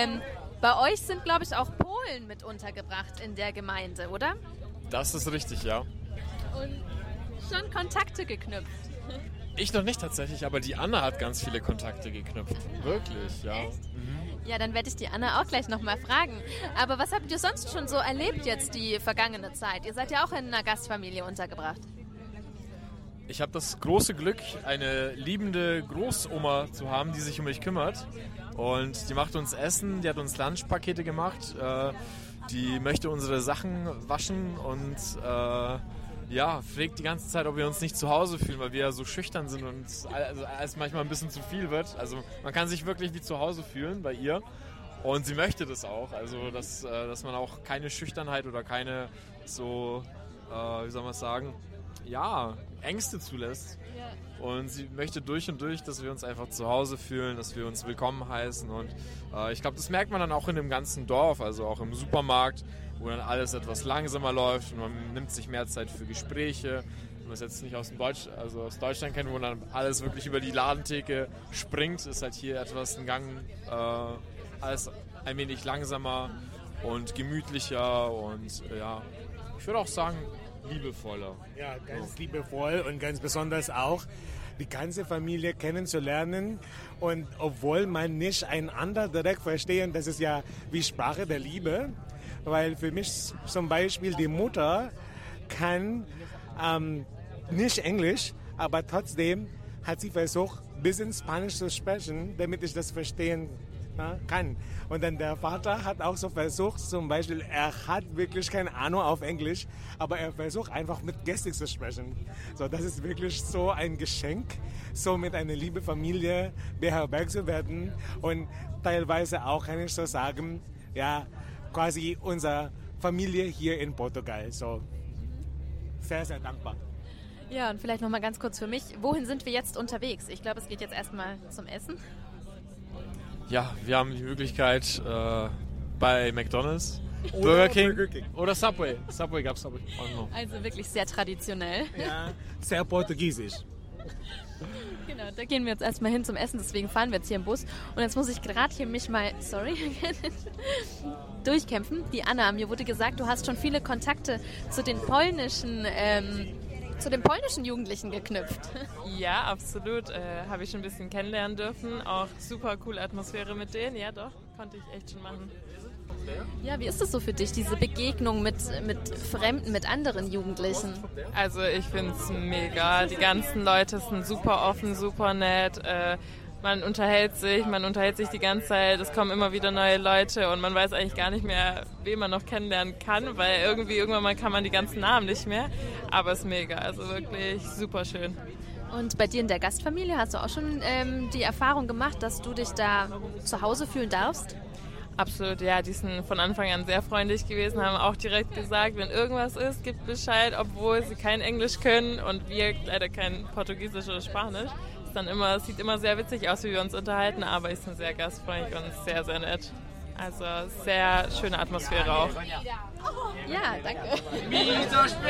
Bei euch sind, glaube ich, auch Polen mit untergebracht in der Gemeinde, oder? Das ist richtig, ja. Und schon Kontakte geknüpft? Ich noch nicht tatsächlich, aber die Anna hat ganz viele Kontakte geknüpft. Wirklich, ja. Echt? Ja, dann werde ich die Anna auch gleich nochmal fragen. Aber was habt ihr sonst schon so erlebt jetzt die vergangene Zeit? Ihr seid ja auch in einer Gastfamilie untergebracht. Ich habe das große Glück, eine liebende Großoma zu haben, die sich um mich kümmert. Und die macht uns Essen, die hat uns Lunchpakete gemacht, die möchte unsere Sachen waschen und ja, fragt die ganze Zeit, ob wir uns nicht zu Hause fühlen, weil wir ja so schüchtern sind und alles manchmal ein bisschen zu viel wird. Also man kann sich wirklich wie zu Hause fühlen bei ihr. Und sie möchte das auch, also dass man auch keine Schüchternheit oder keine so, wie soll man es sagen, ja, Ängste zulässt. Und sie möchte durch und durch, dass wir uns einfach zu Hause fühlen, dass wir uns willkommen heißen. Und ich glaube, das merkt man dann auch in dem ganzen Dorf, also auch im Supermarkt, wo dann alles etwas langsamer läuft und man nimmt sich mehr Zeit für Gespräche. Wenn man es jetzt nicht aus Deutschland kennt, wo dann alles wirklich über die Ladentheke springt, ist halt hier etwas ein Gang, alles ein wenig langsamer und gemütlicher und ja, ich würde auch sagen, liebevoller. Ja, ganz liebevoll und ganz besonders auch die ganze Familie kennenzulernen. Und obwohl man nicht einander direkt verstehen, das ist ja wie Sprache der Liebe, weil für mich zum Beispiel die Mutter kann nicht Englisch, aber trotzdem hat sie versucht, ein bisschen Spanisch zu sprechen, damit ich das verstehen kann. Und dann der Vater hat auch so versucht, zum Beispiel, er hat wirklich keine Ahnung auf Englisch, aber er versucht einfach mit Gestik zu sprechen. So, das ist wirklich so ein Geschenk, so mit einer lieben Familie beherbergt zu werden. Und teilweise auch, kann ich so sagen, ja, quasi unsere Familie hier in Portugal. So, sehr, sehr dankbar. Ja, und vielleicht noch mal ganz kurz für mich, wohin sind wir jetzt unterwegs? Ich glaube, es geht jetzt erstmal zum Essen. Ja, wir haben die Möglichkeit bei McDonald's, Burger King oder Subway. Subway gab es, glaube ich, auch noch. Also wirklich sehr traditionell. Ja, sehr portugiesisch. Genau, da gehen wir jetzt erstmal hin zum Essen, deswegen fahren wir jetzt hier im Bus. Und jetzt muss ich gerade hier mich mal, durchkämpfen. Die Anna, mir wurde gesagt, du hast schon viele Kontakte zu den polnischen Jugendlichen geknüpft. Ja, absolut. Habe ich schon ein bisschen kennenlernen dürfen. Auch super coole Atmosphäre mit denen. Ja, doch, konnte ich echt schon machen. Ja, wie ist es so für dich, diese Begegnung mit Fremden, mit anderen Jugendlichen? Also ich finde es mega. Die ganzen Leute sind super offen, super nett. Man unterhält sich die ganze Zeit, es kommen immer wieder neue Leute und man weiß eigentlich gar nicht mehr, wen man noch kennenlernen kann, weil irgendwann mal kann man die ganzen Namen nicht mehr. Aber es ist mega, also wirklich super schön. Und bei dir in der Gastfamilie hast du auch schon die Erfahrung gemacht, dass du dich da zu Hause fühlen darfst? Absolut, ja, die sind von Anfang an sehr freundlich gewesen, haben auch direkt gesagt, wenn irgendwas ist, gibt Bescheid, obwohl sie kein Englisch können und wir leider kein Portugiesisch oder Spanisch. Es sieht immer sehr witzig aus, wie wir uns unterhalten, aber ist sehr gastfreundlich und sehr, sehr nett. Also sehr schöne Atmosphäre auch. Ja, danke. Mi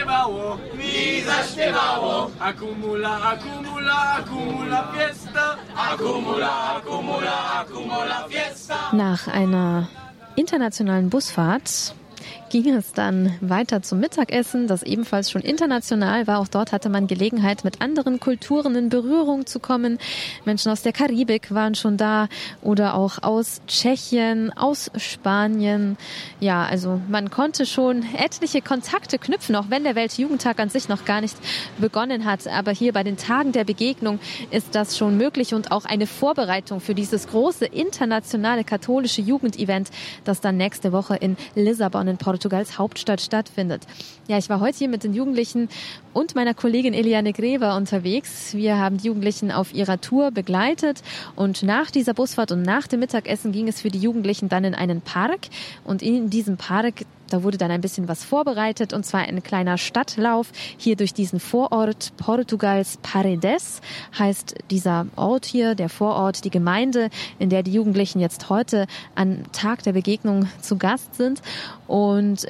zaśpiewało, akumula, akumula, akumula fiesta, akumula, akumula, akumula fiesta. Nach einer internationalen Busfahrt ging es dann weiter zum Mittagessen, das ebenfalls schon international war. Auch dort hatte man Gelegenheit, mit anderen Kulturen in Berührung zu kommen. Menschen aus der Karibik waren schon da oder auch aus Tschechien, aus Spanien. Ja, also man konnte schon etliche Kontakte knüpfen, auch wenn der Weltjugendtag an sich noch gar nicht begonnen hat. Aber hier bei den Tagen der Begegnung ist das schon möglich und auch eine Vorbereitung für dieses große internationale katholische Jugendevent, das dann nächste Woche in Lissabon in Portugals Hauptstadt stattfindet. Ja, ich war heute hier mit den Jugendlichen und meiner Kollegin Eliane Grever unterwegs. Wir haben die Jugendlichen auf ihrer Tour begleitet und nach dieser Busfahrt und nach dem Mittagessen ging es für die Jugendlichen dann in einen Park und in diesem Park, da wurde dann ein bisschen was vorbereitet und zwar ein kleiner Stadtlauf hier durch diesen Vorort Portugals. Paredes heißt dieser Ort hier, der Vorort, die Gemeinde, in der die Jugendlichen jetzt heute am Tag der Begegnung zu Gast sind. Und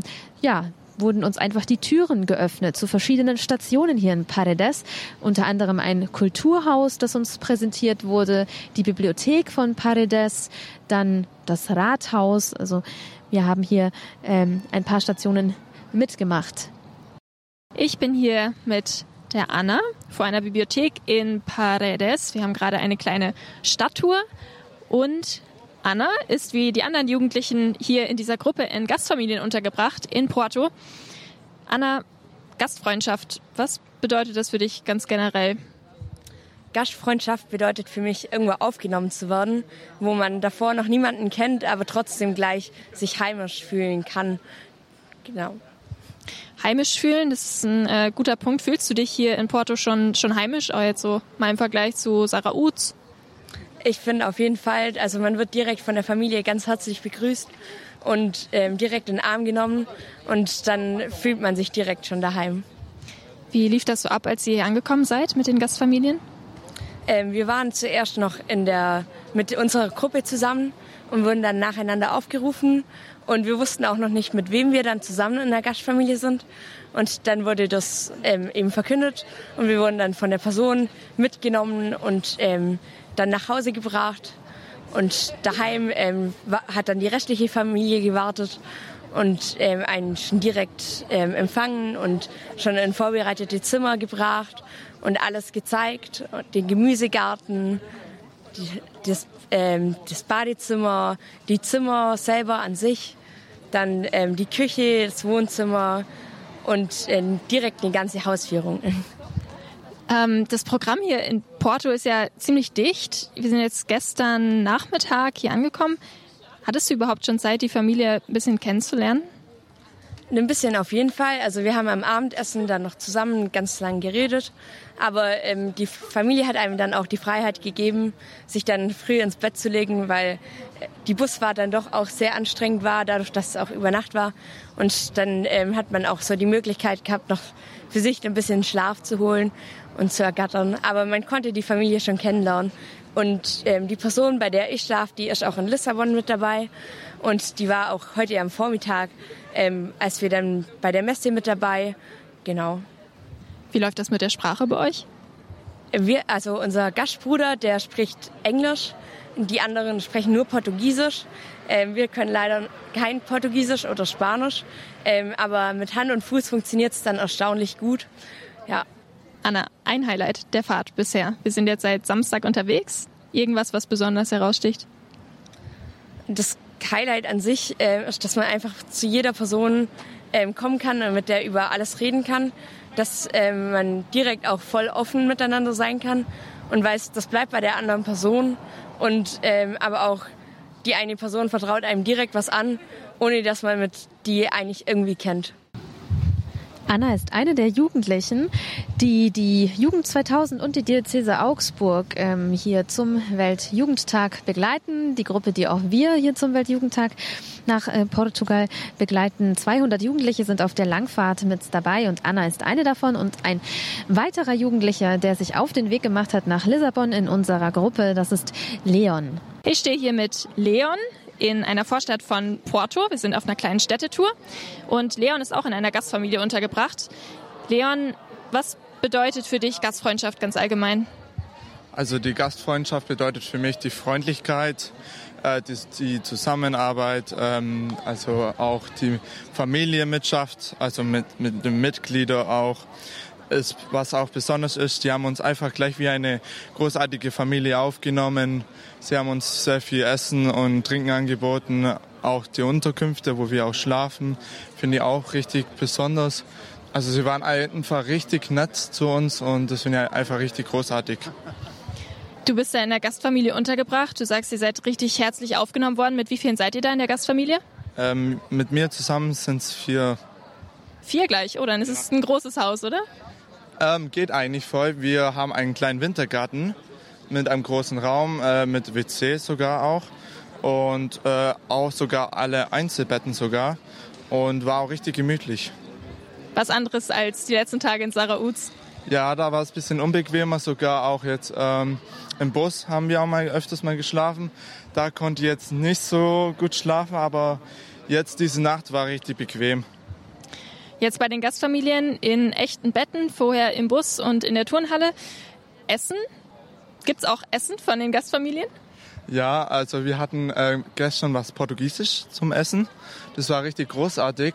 wurden uns einfach die Türen geöffnet zu verschiedenen Stationen hier in Paredes. Unter anderem ein Kulturhaus, das uns präsentiert wurde, die Bibliothek von Paredes, dann das Rathaus. Also wir haben hier ein paar Stationen mitgemacht. Ich bin hier mit der Anna vor einer Bibliothek in Paredes. Wir haben gerade eine kleine Stadttour und Anna ist wie die anderen Jugendlichen hier in dieser Gruppe in Gastfamilien untergebracht in Porto. Anna, Gastfreundschaft, was bedeutet das für dich ganz generell? Gastfreundschaft bedeutet für mich, irgendwo aufgenommen zu werden, wo man davor noch niemanden kennt, aber trotzdem gleich sich heimisch fühlen kann. Genau. Heimisch fühlen, das ist ein guter Punkt. Fühlst du dich hier in Porto schon heimisch, auch jetzt so mal im Vergleich zu Zarauz? Ich finde auf jeden Fall, also man wird direkt von der Familie ganz herzlich begrüßt und direkt in den Arm genommen und dann fühlt man sich direkt schon daheim. Wie lief das so ab, als ihr hier angekommen seid mit den Gastfamilien? Wir waren zuerst noch mit unserer Gruppe zusammen und wurden dann nacheinander aufgerufen. Und wir wussten auch noch nicht, mit wem wir dann zusammen in der Gastfamilie sind. Und dann wurde das eben verkündet und wir wurden dann von der Person mitgenommen und dann nach Hause gebracht. Und daheim hat dann die restliche Familie gewartet und einen schon direkt empfangen und schon in vorbereitete Zimmer gebracht und alles gezeigt. Den Gemüsegarten, das Badezimmer, die Zimmer selber an sich, dann die Küche, das Wohnzimmer und direkt eine ganze Hausführung. Das Programm hier in Porto ist ja ziemlich dicht. Wir sind jetzt gestern Nachmittag hier angekommen. Hattest du überhaupt schon Zeit, die Familie ein bisschen kennenzulernen? Ein bisschen auf jeden Fall. Also wir haben am Abendessen dann noch zusammen ganz lang geredet. Aber die Familie hat einem dann auch die Freiheit gegeben, sich dann früh ins Bett zu legen, weil die Busfahrt dann doch auch sehr anstrengend war, dadurch, dass es auch über Nacht war. Und dann hat man auch so die Möglichkeit gehabt, noch für sich ein bisschen Schlaf zu holen und zu ergattern. Aber man konnte die Familie schon kennenlernen. Und die Person, bei der ich schlafe, die ist auch in Lissabon mit dabei. Und die war auch heute am Vormittag, als wir dann bei der Messe mit dabei. Genau. Wie läuft das mit der Sprache bei euch? Also unser Gastbruder, der spricht Englisch. Die anderen sprechen nur Portugiesisch. Wir können leider kein Portugiesisch oder Spanisch. Aber mit Hand und Fuß funktioniert es dann erstaunlich gut. Ja. Anna, ein Highlight der Fahrt bisher. Wir sind jetzt seit Samstag unterwegs. Irgendwas, was besonders heraussticht? Das Highlight an sich ist, dass man einfach zu jeder Person kommen kann und mit der über alles reden kann. Dass man direkt auch voll offen miteinander sein kann und weiß, das bleibt bei der anderen Person. Und aber auch die eine Person vertraut einem direkt was an, ohne dass man mit die eigentlich irgendwie kennt. Anna ist eine der Jugendlichen, die die Jugend 2000 und die Diözese Augsburg hier zum Weltjugendtag begleiten. Die Gruppe, die auch wir hier zum Weltjugendtag nach Portugal begleiten. 200 Jugendliche sind auf der Langfahrt mit dabei und Anna ist eine davon. Und ein weiterer Jugendlicher, der sich auf den Weg gemacht hat nach Lissabon in unserer Gruppe, das ist Leon. Ich stehe hier mit Leon in einer Vorstadt von Porto. Wir sind auf einer kleinen Städtetour und Leon ist auch in einer Gastfamilie untergebracht. Leon, was bedeutet für dich Gastfreundschaft ganz allgemein? Also die Gastfreundschaft bedeutet für mich die Freundlichkeit, die Zusammenarbeit, also auch die Familienmitgliedschaft, also mit den Mitgliedern auch. Was auch besonders ist, die haben uns einfach gleich wie eine großartige Familie aufgenommen. Sie haben uns sehr viel Essen und Trinken angeboten, auch die Unterkünfte, wo wir auch schlafen, finde ich auch richtig besonders. Also sie waren einfach richtig nett zu uns und das finde ich einfach richtig großartig. Du bist ja in der Gastfamilie untergebracht. Du sagst, ihr seid richtig herzlich aufgenommen worden. Mit wie vielen seid ihr da in der Gastfamilie? Mit mir zusammen sind es 4. 4 gleich? Oh, dann ist es ein großes Haus, oder? Geht eigentlich voll. Wir haben einen kleinen Wintergarten mit einem großen Raum, mit WC sogar auch und auch sogar alle Einzelbetten sogar und war auch richtig gemütlich. Was anderes als die letzten Tage in Zarauz? Ja, da war es ein bisschen unbequemer, sogar auch jetzt im Bus haben wir auch öfters mal geschlafen. Da konnte ich jetzt nicht so gut schlafen, aber jetzt diese Nacht war richtig bequem. Jetzt bei den Gastfamilien in echten Betten, vorher im Bus und in der Turnhalle. Essen? Gibt's auch Essen von den Gastfamilien? Ja, also wir hatten gestern was Portugiesisch zum Essen. Das war richtig großartig.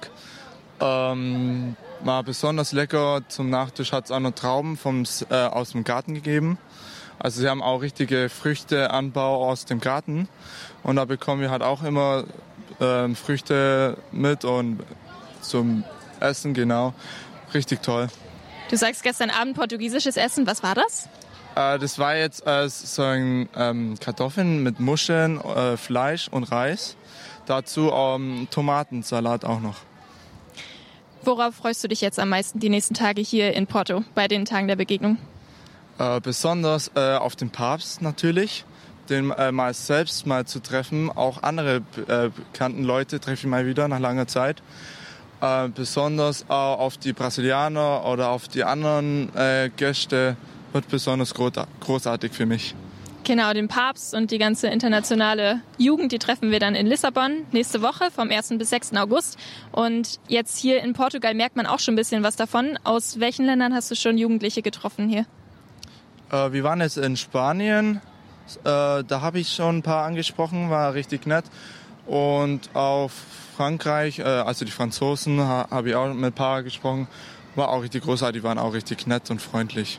War besonders lecker. Zum Nachtisch hat es auch noch Trauben aus dem Garten gegeben. Also sie haben auch richtige Früchteanbau aus dem Garten. Und da bekommen wir halt auch immer Früchte mit und zum Essen, genau. Richtig toll. Du sagst gestern Abend portugiesisches Essen. Was war das? Das war jetzt so ein Kartoffeln mit Muscheln, Fleisch und Reis. Dazu Tomatensalat auch noch. Worauf freust du dich jetzt am meisten die nächsten Tage hier in Porto bei den Tagen der Begegnung? Besonders auf den Papst natürlich, den mal selbst mal zu treffen. Auch andere bekannten Leute treffe ich mal wieder nach langer Zeit. Besonders auch auf die Brasilianer oder auf die anderen Gäste wird besonders großartig für mich. Genau, den Papst und die ganze internationale Jugend, die treffen wir dann in Lissabon nächste Woche vom 1. bis 6. August. Und jetzt hier in Portugal merkt man auch schon ein bisschen was davon. Aus welchen Ländern hast du schon Jugendliche getroffen hier? Wir waren jetzt in Spanien, da habe ich schon ein paar angesprochen, war richtig nett. Und auf Frankreich, also die Franzosen, habe ich auch mit ein paar gesprochen, war auch richtig großartig, die waren auch richtig nett und freundlich.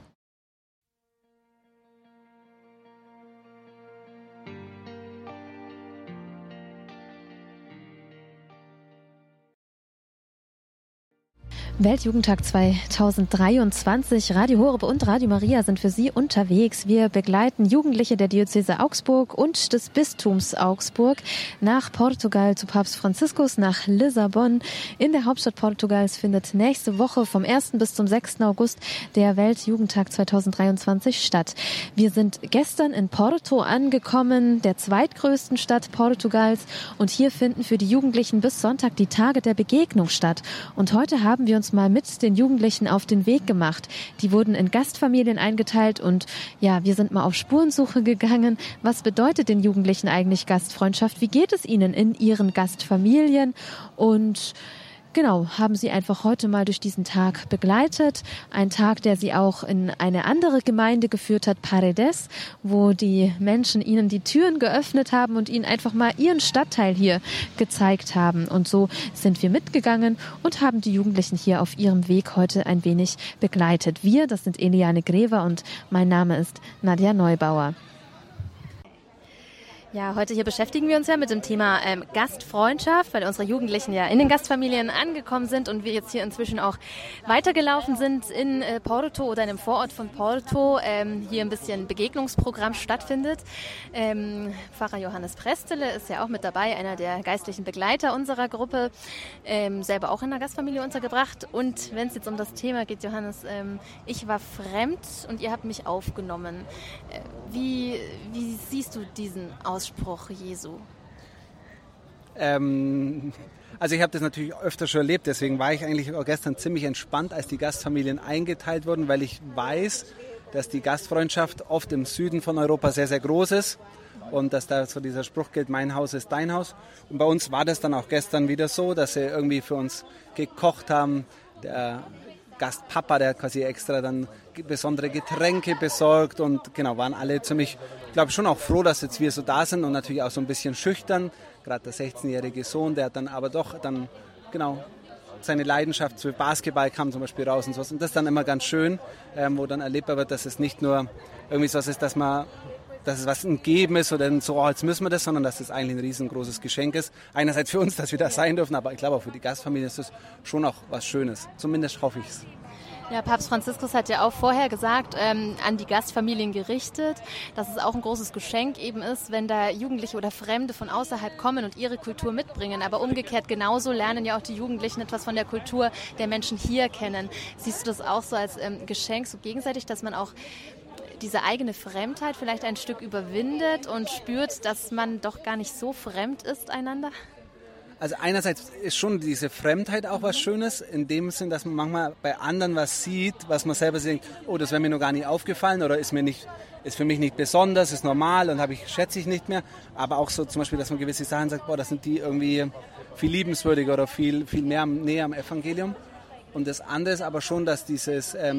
Weltjugendtag 2023. Radio Horeb und Radio Maria sind für Sie unterwegs. Wir begleiten Jugendliche der Diözese Augsburg und des Bistums Augsburg nach Portugal zu Papst Franziskus, nach Lissabon. In der Hauptstadt Portugals findet nächste Woche vom 1. bis zum 6. August der Weltjugendtag 2023 statt. Wir sind gestern in Porto angekommen, der zweitgrößten Stadt Portugals. Und hier finden für die Jugendlichen bis Sonntag die Tage der Begegnung statt. Und heute haben wir uns mal mit den Jugendlichen auf den Weg gemacht. Die wurden in Gastfamilien eingeteilt und ja, wir sind mal auf Spurensuche gegangen. Was bedeutet den Jugendlichen eigentlich Gastfreundschaft? Wie geht es ihnen in ihren Gastfamilien? Und genau, haben sie einfach heute mal durch diesen Tag begleitet. Ein Tag, der sie auch in eine andere Gemeinde geführt hat, Paredes, wo die Menschen ihnen die Türen geöffnet haben und ihnen einfach mal ihren Stadtteil hier gezeigt haben. Und so sind wir mitgegangen und haben die Jugendlichen hier auf ihrem Weg heute ein wenig begleitet. Wir, das sind Eliane Grever und mein Name ist Nadja Neubauer. Ja, heute hier beschäftigen wir uns ja mit dem Thema Gastfreundschaft, weil unsere Jugendlichen ja in den Gastfamilien angekommen sind und wir jetzt hier inzwischen auch weitergelaufen sind in Porto oder in einem Vorort von Porto. Hier ein bisschen Begegnungsprogramm stattfindet. Pfarrer Johannes Prestele ist ja auch mit dabei, einer der geistlichen Begleiter unserer Gruppe, selber auch in einer Gastfamilie untergebracht. Und wenn es jetzt um das Thema geht, Johannes, ich war fremd und ihr habt mich aufgenommen. Wie siehst du diesen Ausspruch Jesu? Also ich habe das natürlich öfter schon erlebt, deswegen war ich eigentlich auch gestern ziemlich entspannt, als die Gastfamilien eingeteilt wurden, weil ich weiß, dass die Gastfreundschaft oft im Süden von Europa sehr, sehr groß ist und dass da so dieser Spruch gilt, mein Haus ist dein Haus. Und bei uns war das dann auch gestern wieder so, dass sie irgendwie für uns gekocht haben. Der Gastpapa, der hat quasi extra dann besondere Getränke besorgt und genau, waren alle ziemlich, ich glaube schon auch froh, dass jetzt wir so da sind und natürlich auch so ein bisschen schüchtern. Gerade der 16-jährige Sohn, der hat dann aber doch dann, genau, seine Leidenschaft für Basketball kam zum Beispiel raus und sowas. Und das ist dann immer ganz schön, wo dann erlebbar wird, dass es nicht nur irgendwie so ist, dass es was ein Geben ist oder so, oh, jetzt müssen wir das, sondern dass es eigentlich ein riesengroßes Geschenk ist. Einerseits für uns, dass wir da sein dürfen, aber ich glaube auch für die Gastfamilie ist das schon auch was Schönes. Zumindest hoffe ich es. Ja, Papst Franziskus hat ja auch vorher gesagt, an die Gastfamilien gerichtet, dass es auch ein großes Geschenk eben ist, wenn da Jugendliche oder Fremde von außerhalb kommen und ihre Kultur mitbringen. Aber umgekehrt genauso lernen ja auch die Jugendlichen etwas von der Kultur der Menschen hier kennen. Siehst du das auch so als Geschenk, so gegenseitig, dass man auch diese eigene Fremdheit vielleicht ein Stück überwindet und spürt, dass man doch gar nicht so fremd ist einander? Also einerseits ist schon diese Fremdheit auch was Schönes, in dem Sinn, dass man manchmal bei anderen was sieht, was man selber denkt, oh, das wäre mir noch gar nicht aufgefallen oder ist für mich nicht besonders, ist normal und schätze ich nicht mehr. Aber auch so zum Beispiel, dass man gewisse Sachen sagt, boah, das sind die irgendwie viel liebenswürdiger oder viel mehr näher am Evangelium. Und das andere ist aber schon, dass diese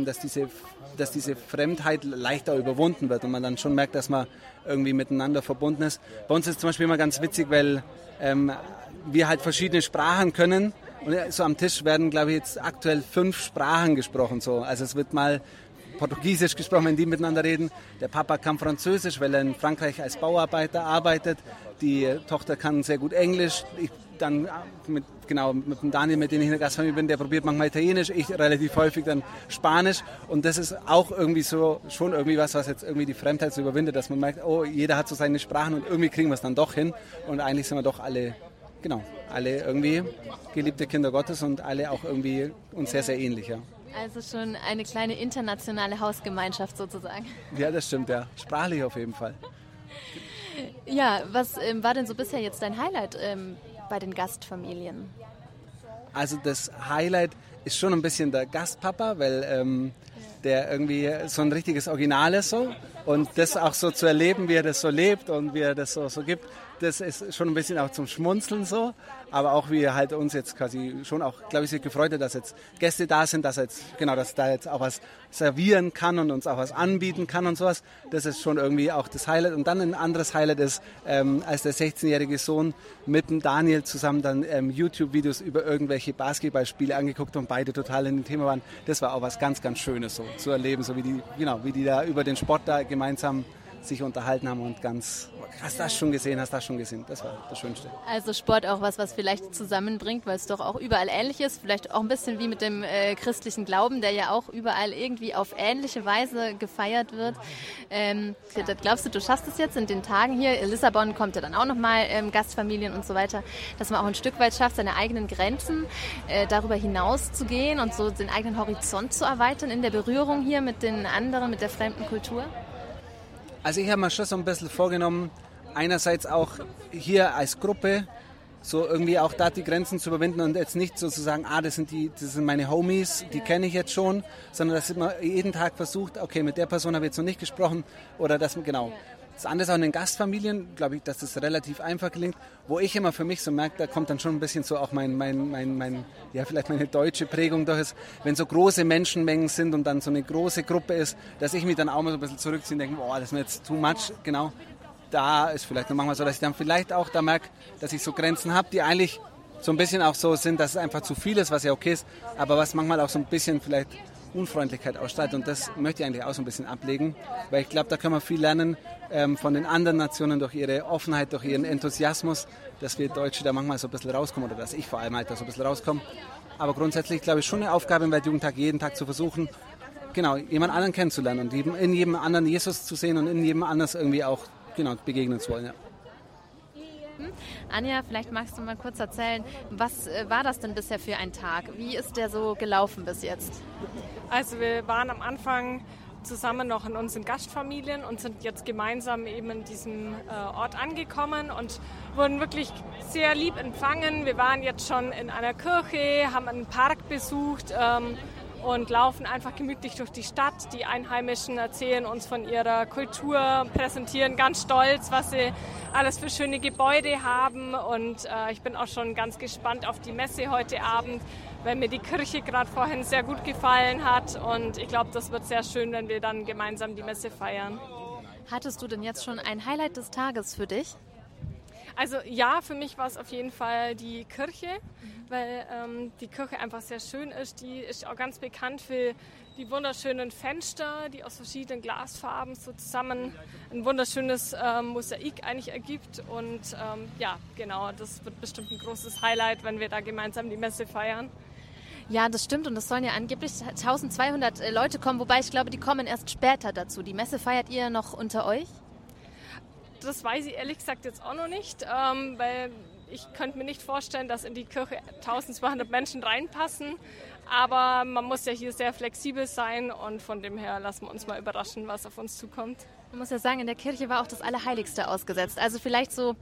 Fremdheit leichter überwunden wird und man dann schon merkt, dass man irgendwie miteinander verbunden ist. Bei uns ist es zum Beispiel immer ganz witzig, weil wir halt verschiedene Sprachen können und so am Tisch werden, glaube ich, jetzt aktuell 5 Sprachen gesprochen. So. Also es wird mal Portugiesisch gesprochen, wenn die miteinander reden. Der Papa kann Französisch, weil er in Frankreich als Bauarbeiter arbeitet. Die Tochter kann sehr gut Englisch. Ich dann mit dem Daniel, mit dem ich in der Gastfamilie bin, der probiert manchmal Italienisch, ich relativ häufig dann Spanisch. Und das ist auch irgendwie so, schon irgendwie was jetzt irgendwie die Fremdheit so überwindet, dass man merkt, oh, jeder hat so seine Sprachen und irgendwie kriegen wir es dann doch hin. Und eigentlich sind wir doch alle irgendwie geliebte Kinder Gottes und alle auch irgendwie uns sehr, sehr ähnlich, ja. Also schon eine kleine internationale Hausgemeinschaft sozusagen. Ja, das stimmt, ja. Sprachlich auf jeden Fall. Ja, was war denn so bisher jetzt dein Highlight bei den Gastfamilien? Also das Highlight ist schon ein bisschen der Gastpapa, weil der irgendwie so ein richtiges Original ist so. Und das auch so zu erleben, wie er das so lebt und wie er das so gibt, das ist schon ein bisschen auch zum Schmunzeln so. Aber auch wie er halt uns jetzt quasi schon auch, glaube ich, sich gefreut hat, dass jetzt Gäste da sind, dass da jetzt auch was servieren kann und uns auch was anbieten kann und sowas. Das ist schon irgendwie auch das Highlight. Und dann ein anderes Highlight ist, als der 16-jährige Sohn mit dem Daniel zusammen dann YouTube-Videos über irgendwelche Basketballspiele angeguckt und beide total in dem Thema waren. Das war auch was ganz, ganz Schönes so zu erleben, so wie die da über den Sport da gemeinsam sich unterhalten haben und ganz, hast das schon gesehen, das war das Schönste. Also Sport auch was vielleicht zusammenbringt, weil es doch auch überall ähnlich ist, vielleicht auch ein bisschen wie mit dem christlichen Glauben, der ja auch überall irgendwie auf ähnliche Weise gefeiert wird. Glaubst du schaffst es jetzt in den Tagen hier, in Lissabon kommt ja dann auch nochmal Gastfamilien und so weiter, dass man auch ein Stück weit schafft, seine eigenen Grenzen darüber hinaus zu gehen und so den eigenen Horizont zu erweitern in der Berührung hier mit den anderen, mit der fremden Kultur? Also ich habe mir schon so ein bisschen vorgenommen, einerseits auch hier als Gruppe so irgendwie auch da die Grenzen zu überwinden und jetzt nicht sozusagen, das sind meine Homies, die kenne ich jetzt schon, sondern dass man jeden Tag versucht, okay, mit der Person habe ich jetzt noch nicht gesprochen oder das, genau. Das andere ist auch in den Gastfamilien, glaube ich, dass das relativ einfach gelingt, wo ich immer für mich so merke, da kommt dann schon ein bisschen so auch vielleicht meine deutsche Prägung durch ist, wenn so große Menschenmengen sind und dann so eine große Gruppe ist, dass ich mich dann auch mal so ein bisschen zurückziehe und denke, das ist mir jetzt too much, genau. Da ist vielleicht noch manchmal so, dass ich dann vielleicht auch da merke, dass ich so Grenzen habe, die eigentlich so ein bisschen auch so sind, dass es einfach zu viel ist, was ja okay ist, aber was manchmal auch so ein bisschen vielleicht Unfreundlichkeit ausstrahlt und das möchte ich eigentlich auch so ein bisschen ablegen, weil ich glaube, da können wir viel lernen von den anderen Nationen durch ihre Offenheit, durch ihren Enthusiasmus, dass wir Deutsche da manchmal so ein bisschen rauskommen oder dass ich vor allem halt da so ein bisschen rauskomme. Aber grundsätzlich glaube ich schon eine Aufgabe im Weltjugendtag, jeden Tag zu versuchen, genau, jemand anderen kennenzulernen und in jedem anderen Jesus zu sehen und in jedem anders irgendwie auch begegnen zu wollen. Ja. Anja, vielleicht magst du mal kurz erzählen, was war das denn bisher für ein Tag? Wie ist der so gelaufen bis jetzt? Also wir waren am Anfang zusammen noch in unseren Gastfamilien und sind jetzt gemeinsam eben in diesem Ort angekommen und wurden wirklich sehr lieb empfangen. Wir waren jetzt schon in einer Kirche, haben einen Park besucht und laufen einfach gemütlich durch die Stadt. Die Einheimischen erzählen uns von ihrer Kultur, präsentieren ganz stolz, was sie alles für schöne Gebäude haben. Und ich bin auch schon ganz gespannt auf die Messe heute Abend, weil mir die Kirche gerade vorhin sehr gut gefallen hat. Und ich glaube, das wird sehr schön, wenn wir dann gemeinsam die Messe feiern. Hattest du denn jetzt schon ein Highlight des Tages für dich? Also ja, für mich war es auf jeden Fall die Kirche, weil die Kirche einfach sehr schön ist. Die ist auch ganz bekannt für die wunderschönen Fenster, die aus verschiedenen Glasfarben so zusammen ein wunderschönes Mosaik eigentlich ergibt. Und ja, genau, das wird bestimmt ein großes Highlight, wenn wir da gemeinsam die Messe feiern. Ja, das stimmt und es sollen ja angeblich 1200 Leute kommen, wobei ich glaube, die kommen erst später dazu. Die Messe feiert ihr noch unter euch? Das weiß ich ehrlich gesagt jetzt auch noch nicht, weil ich könnte mir nicht vorstellen, dass in die Kirche 1200 Menschen reinpassen. Aber man muss ja hier sehr flexibel sein und von dem her lassen wir uns mal überraschen, was auf uns zukommt. Man muss ja sagen, in der Kirche war auch das Allerheiligste ausgesetzt. Also vielleicht so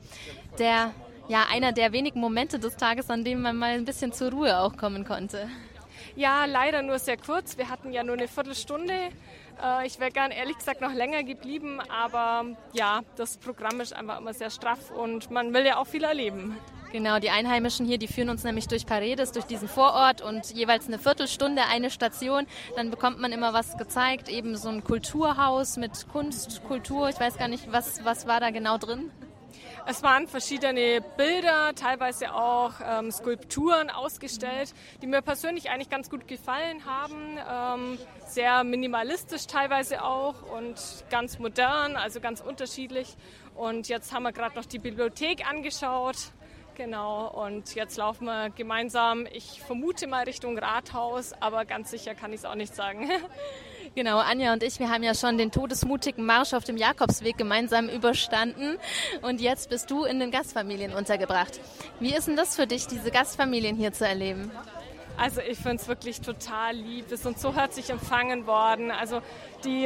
einer der wenigen Momente des Tages, an dem man mal ein bisschen zur Ruhe auch kommen konnte. Ja, leider nur sehr kurz. Wir hatten ja nur eine Viertelstunde. Ich wäre gern ehrlich gesagt noch länger geblieben, aber ja, das Programm ist einfach immer sehr straff und man will ja auch viel erleben. Genau, die Einheimischen hier, die führen uns nämlich durch Paredes, durch diesen Vorort und jeweils eine Viertelstunde, eine Station. Dann bekommt man immer was gezeigt, eben so ein Kulturhaus mit Kunst, Kultur. Ich weiß gar nicht, was war da genau drin? Es waren verschiedene Bilder, teilweise auch Skulpturen ausgestellt, die mir persönlich eigentlich ganz gut gefallen haben. Sehr minimalistisch teilweise auch und ganz modern, also ganz unterschiedlich. Und jetzt haben wir gerade noch die Bibliothek angeschaut. Genau, und jetzt laufen wir gemeinsam, ich vermute mal Richtung Rathaus, aber ganz sicher kann ich es auch nicht sagen. Genau, Anja und ich, wir haben ja schon den todesmutigen Marsch auf dem Jakobsweg gemeinsam überstanden und jetzt bist du in den Gastfamilien untergebracht. Wie ist denn das für dich, diese Gastfamilien hier zu erleben? Also ich finde es wirklich total lieb. Wir sind so herzlich empfangen worden. Also die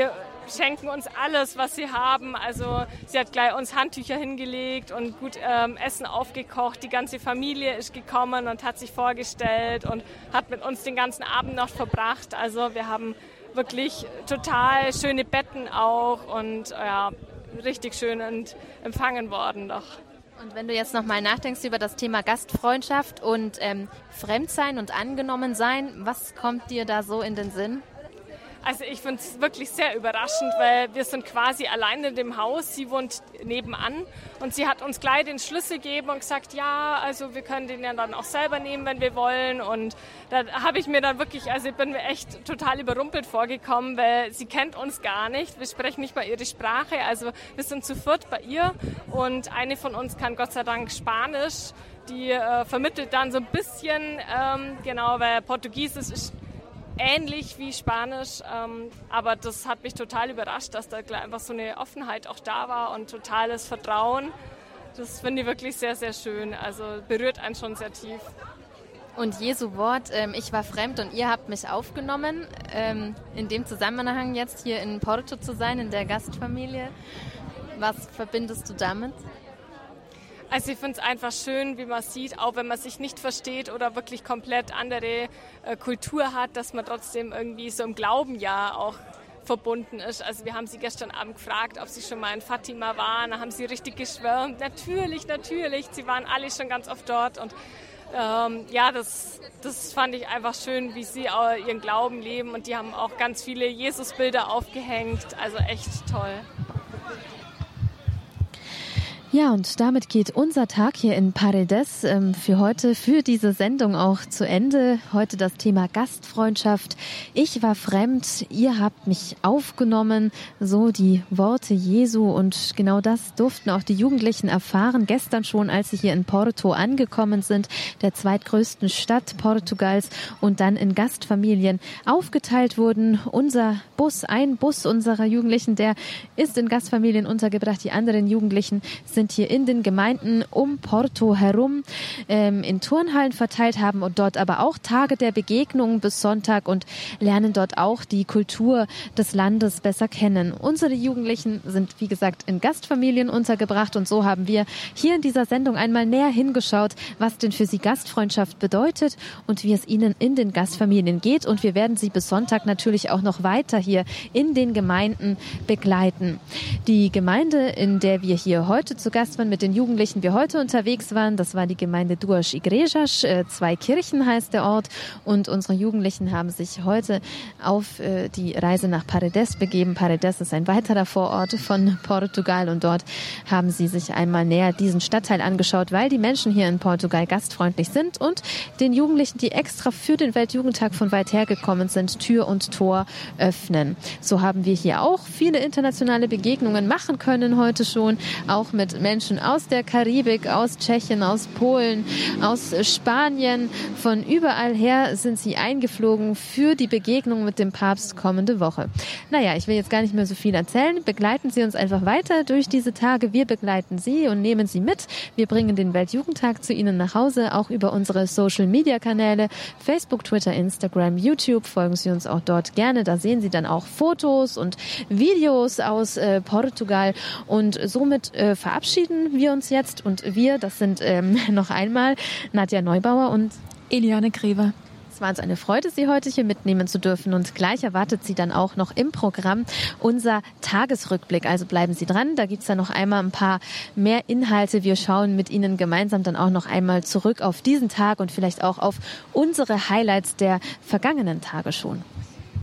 schenken uns alles, was sie haben. Also sie hat gleich uns Handtücher hingelegt und gut Essen aufgekocht. Die ganze Familie ist gekommen und hat sich vorgestellt und hat mit uns den ganzen Abend noch verbracht. Also wir haben wirklich total schöne Betten auch und ja, richtig schön empfangen worden doch. Und wenn du jetzt nochmal nachdenkst über das Thema Gastfreundschaft und Fremdsein und Angenommensein, was kommt dir da so in den Sinn? Also ich finde es wirklich sehr überraschend, weil wir sind quasi allein in dem Haus. Sie wohnt nebenan und sie hat uns gleich den Schlüssel gegeben und gesagt, ja, also wir können den ja dann auch selber nehmen, wenn wir wollen. Und da habe ich mir dann wirklich, also ich bin mir echt total überrumpelt vorgekommen, weil sie kennt uns gar nicht. Wir sprechen nicht mal ihre Sprache, also wir sind zu viert bei ihr und eine von uns kann Gott sei Dank Spanisch. Die vermittelt dann so ein bisschen, genau, weil Portugiesisch ist ähnlich wie Spanisch, aber das hat mich total überrascht, dass da einfach so eine Offenheit auch da war und totales Vertrauen. Das finde ich wirklich sehr, sehr schön, also berührt einen schon sehr tief. Und Jesu Wort, ich war fremd und ihr habt mich aufgenommen, in dem Zusammenhang jetzt hier in Porto zu sein, in der Gastfamilie, was verbindest du damit? Also ich finde es einfach schön, wie man sieht, auch wenn man sich nicht versteht oder wirklich komplett andere Kultur hat, dass man trotzdem irgendwie so im Glauben ja auch verbunden ist. Also wir haben sie gestern Abend gefragt, ob sie schon mal in Fatima waren. Da haben sie richtig geschwärmt. Natürlich. Sie waren alle schon ganz oft dort. Und ja, das fand ich einfach schön, wie sie auch ihren Glauben leben. Und die haben auch ganz viele Jesusbilder aufgehängt. Also echt toll. Ja, und damit geht unser Tag hier in Paredes für heute, für diese Sendung auch zu Ende. Heute das Thema Gastfreundschaft. Ich war fremd, ihr habt mich aufgenommen. So die Worte Jesu, und genau das durften auch die Jugendlichen erfahren. Gestern schon, als sie hier in Porto angekommen sind, der zweitgrößten Stadt Portugals, und dann in Gastfamilien aufgeteilt wurden. Ein Bus unserer Jugendlichen, der ist in Gastfamilien untergebracht. Die anderen Jugendlichen sind hier in den Gemeinden um Porto herum in Turnhallen verteilt, haben und dort aber auch Tage der Begegnung bis Sonntag und lernen dort auch die Kultur des Landes besser kennen. Unsere Jugendlichen sind, wie gesagt, in Gastfamilien untergebracht, und so haben wir hier in dieser Sendung einmal näher hingeschaut, was denn für sie Gastfreundschaft bedeutet und wie es ihnen in den Gastfamilien geht, und wir werden sie bis Sonntag natürlich auch noch weiter hier in den Gemeinden begleiten. Die Gemeinde, in der wir hier heute zu Gast waren, mit den Jugendlichen wir heute unterwegs waren, das war die Gemeinde Duas Igrejas, 2 Kirchen heißt der Ort, und unsere Jugendlichen haben sich heute auf die Reise nach Paredes begeben. Paredes ist ein weiterer Vorort von Portugal, und dort haben sie sich einmal näher diesen Stadtteil angeschaut, weil die Menschen hier in Portugal gastfreundlich sind und den Jugendlichen, die extra für den Weltjugendtag von weit her gekommen sind, Tür und Tor öffnen. So haben wir hier auch viele internationale Begegnungen machen können heute schon, auch mit Menschen aus der Karibik, aus Tschechien, aus Polen, aus Spanien. Von überall her sind sie eingeflogen für die Begegnung mit dem Papst kommende Woche. Naja, ich will jetzt gar nicht mehr so viel erzählen. Begleiten Sie uns einfach weiter durch diese Tage. Wir begleiten Sie und nehmen Sie mit. Wir bringen den Weltjugendtag zu Ihnen nach Hause, auch über unsere Social-Media-Kanäle, Facebook, Twitter, Instagram, YouTube. Folgen Sie uns auch dort gerne. Da sehen Sie dann auch Fotos und Videos aus Portugal, und somit verabschieden wir uns jetzt, und wir, das sind noch einmal Nadja Neubauer und Eliane Grever. Es war uns eine Freude, Sie heute hier mitnehmen zu dürfen, und gleich erwartet Sie dann auch noch im Programm unser Tagesrückblick. Also bleiben Sie dran, da gibt's dann noch einmal ein paar mehr Inhalte. Wir schauen mit Ihnen gemeinsam dann auch noch einmal zurück auf diesen Tag und vielleicht auch auf unsere Highlights der vergangenen Tage schon.